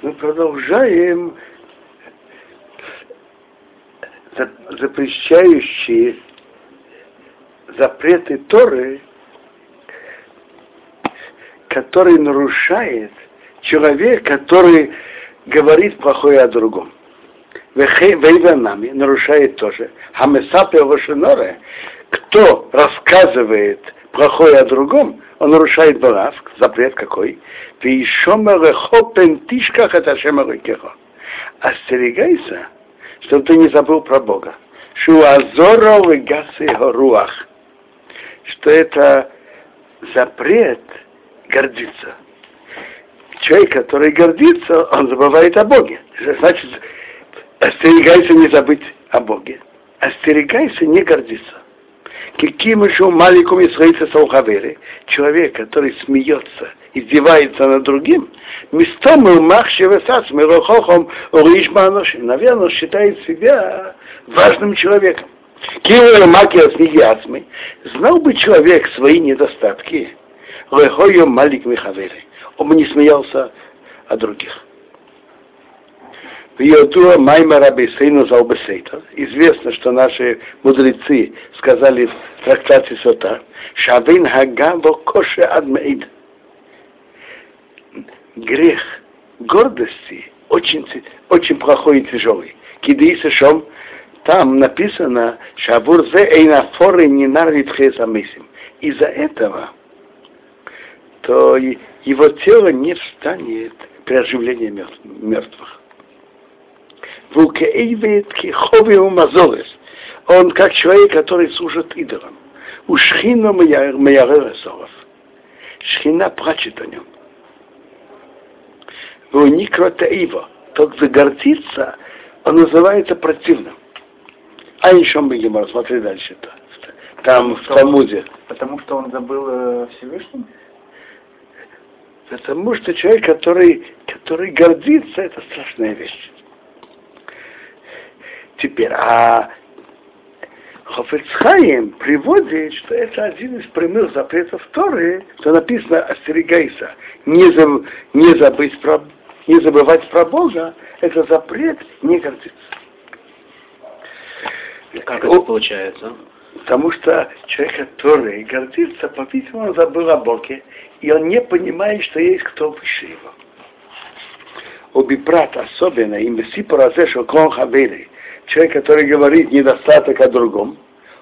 мы продолжаем запрещающие запреты Торы, который нарушает человек, который говорит плохое о другом. Вейванами нарушает тоже. Хамесапе Вашиноре, кто рассказывает плохое о другом, он нарушает балав, запрет какой? Остерегайся, чтобы ты не забыл про Бога. Шуазоро вегасы горуах, что это запрет гордиться. Человек, который гордится, он забывает о Боге. Значит, остерегайся не забыть о Боге. Остерегайся не гордиться. Каким еще маленьким исраильца саухаверы, человек, который смеется, издевается над другим, местом наверное, считает себя важным человеком. Знал бы человек свои недостатки, он бы не смеялся о других. Известно, что наши мудрецы сказали в трактате Сота, Шавин Хагаво Коше Адмеид. Грех гордости очень плохой и тяжелый. Кидиса Шом, там написано, Шавурзе Эйнафоры Нинарвитхе Самисим. Из-за этого то его тело не встанет при оживлении мертвых. Он как человек, который служит идолам. У Шхина Маяресоров. Шхина плачет о нем. У Никротаива. Тот загордится, он называется противным. А еще мы будем рассмотреть дальше. Там в Талмуде. Потому что он забыл Всевышним? Потому что человек, который гордится, это страшная вещь. Теперь, Хафец Хаим приводит, что это один из прямых запретов Торы, что написано «остерегайся», не забывать про Бога, это запрет не гордиться. Как это получается? Потому что человек, который гордится, по-видимому, он забыл о Боге, и он не понимает, что есть кто выше его. Обипрат особенно, им сипоразешо клон хабели, человек, который говорит недостаток о другом,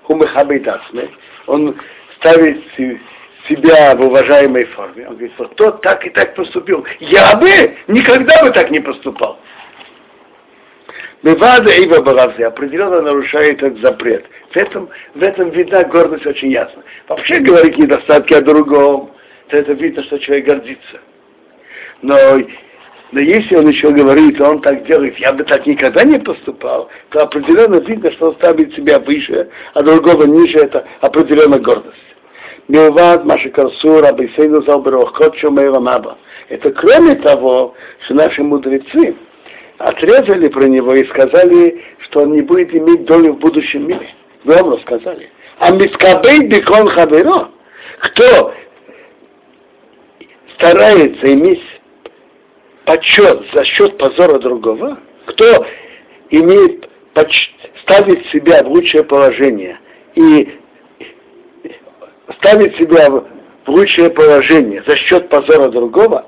он ставит себя в уважаемой форме. Он говорит, вот тот так и так поступил. Я бы никогда бы так не поступал. Бевада Ива Балавзе определенно нарушает этот запрет. В этом видна гордость очень ясно. Вообще говорить недостатки о другом, то это видно, что человек гордится. Но если он еще говорит, он так делает, я бы так никогда не поступал, то определенно видно, что он ставит себя выше, а другого ниже, это определенно гордость. Милвад, Маша Карсура, Бейсейну Залберох, Котчо Мейла Маба. Это кроме того, что наши мудрецы отрезали про него и сказали, что он не будет иметь долю в будущем мире. Вы вам рассказали. А мискабей бекон хаверо, кто старается иметь почет за счет позора другого, кто имеет ставит себя в лучшее положение и ставит себя в лучшее положение за счет позора другого,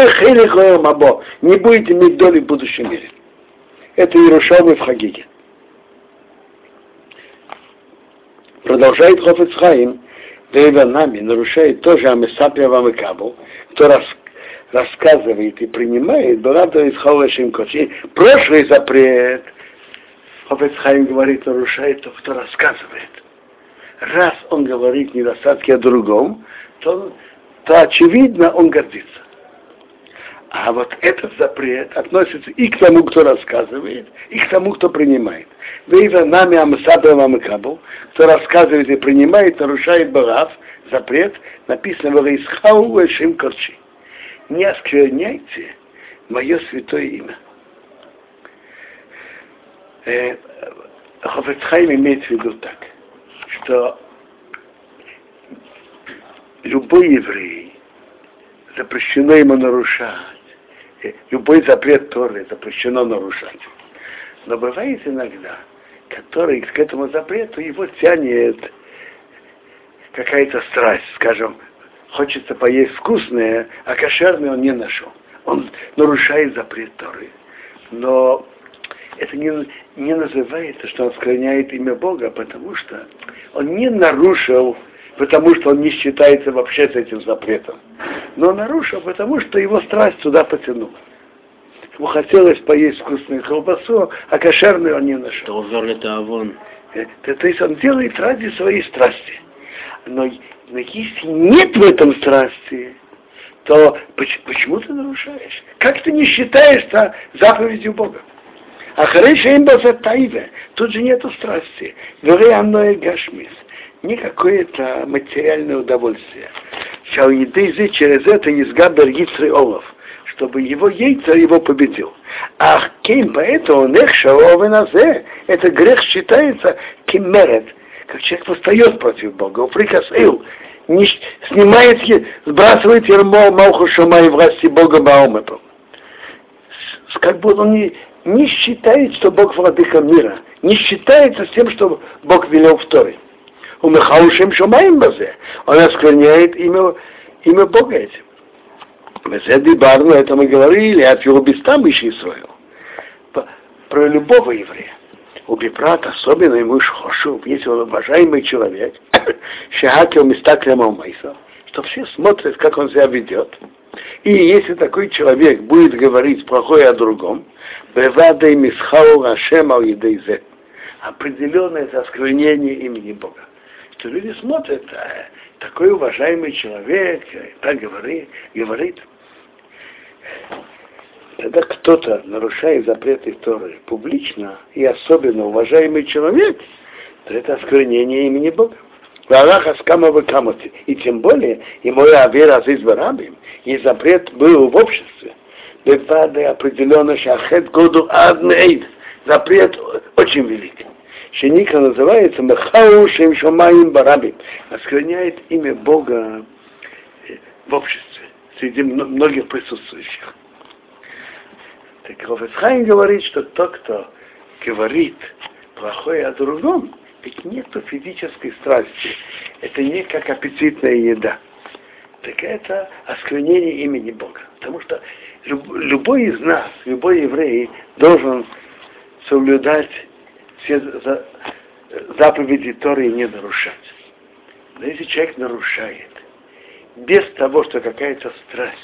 не будет иметь доли в будущем мире. Это Иерушалмы в Хагиге. Продолжает Хафец Хаим, Вейванами нарушает тоже Амесапия Вамыкабу, кто рассказывает и принимает, Барата из Халашим Кочи. Прошлый запрет, Хафец Хаим говорит, нарушает тот, кто рассказывает. Раз он говорит недостатки о другом, то очевидно он гордится. А вот этот запрет относится и к тому, кто рассказывает, и к тому, кто принимает. Вейванами Амесапия Вамыкабу, кто рассказывает и принимает, нарушает Барав, запрет, написано в Исхау Эшим Корчи. Не оскверняйте мое святое имя. Хафец Хаим имеет в виду так, что любой еврей запрещено ему нарушать любой запрет Торы запрещено нарушать. Но бывает иногда, который к этому запрету его тянет какая-то страсть, скажем, хочется поесть вкусное, а кошерное он не нашел. Он нарушает запрет Торы. Но это не называется, что он оскверняет имя Бога, потому что он не нарушил, потому что он не считается вообще с этим запретом. Но нарушил, потому что его страсть туда потянула. Ему хотелось поесть вкусную колбасу, а кошерную он не нашел. То есть он делает ради своей страсти. Но если нет в этом страсти, то почему ты нарушаешь? Как ты не считаешь это заповедью Бога? А хорошо им тайве, тут же нету страсти. Гашмис. Не какое-то материальное удовольствие. Через это изгабер Yitzri Олов, чтобы его яйца его победил. Ах, кем поэтому нехшаовеназе, это грех считается киммерет, как человек восстает против Бога, уприкасил, снимает, сбрасывает ермо Малху Шамай власти Бога Баомепа. Как бы он не считает, что Бог владыка мира, не считается с тем, что Бог велел в Торе. У Михаушем Шамаем Базе, он оскверняет имя Бога этим. Барну, это мы говорили, от его бестам ищи свою. Про любого еврея. У Бипрат, особенно ему Шхошу, если он уважаемый человек, Шахакел Мистаклем Алмайса, что все смотрят, как он себя ведет. И если такой человек будет говорить плохое о другом, Бевадей Мисхау Ашем Ал-Едейзе, определенное это осквернение имени Бога. Что люди смотрят, такой уважаемый человек, так говорит. Когда кто-то нарушает запреты Торы публично, и особенно уважаемый человек, то это осквернение имени Бога. И тем более, и моя вера из Барабим, и запрет был в обществе. Определенно шахет году аднейд. Запрет очень великий. Шеника называется Мехау Шем Шомаим Барабим. Оскверняет имя Бога в обществе, среди многих присутствующих. Так Хофец Хаим говорит, что тот, кто говорит плохое о другом, ведь нету физической страсти. Это не как аппетитная еда. Так это осквернение имени Бога. Потому что любой из нас, любой еврей должен соблюдать все заповеди Торы и не нарушать. Но если человек нарушает, без того, что какая-то страсть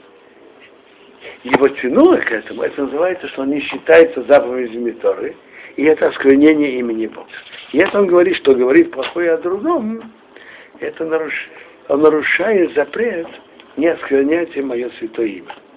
его тянуло к этому, это называется, что он не считается заповедями Торы, и это осквернение имени Бога. И это он говорит, что говорит плохое о другом, это он нарушает запрет не осквернять мое святое имя.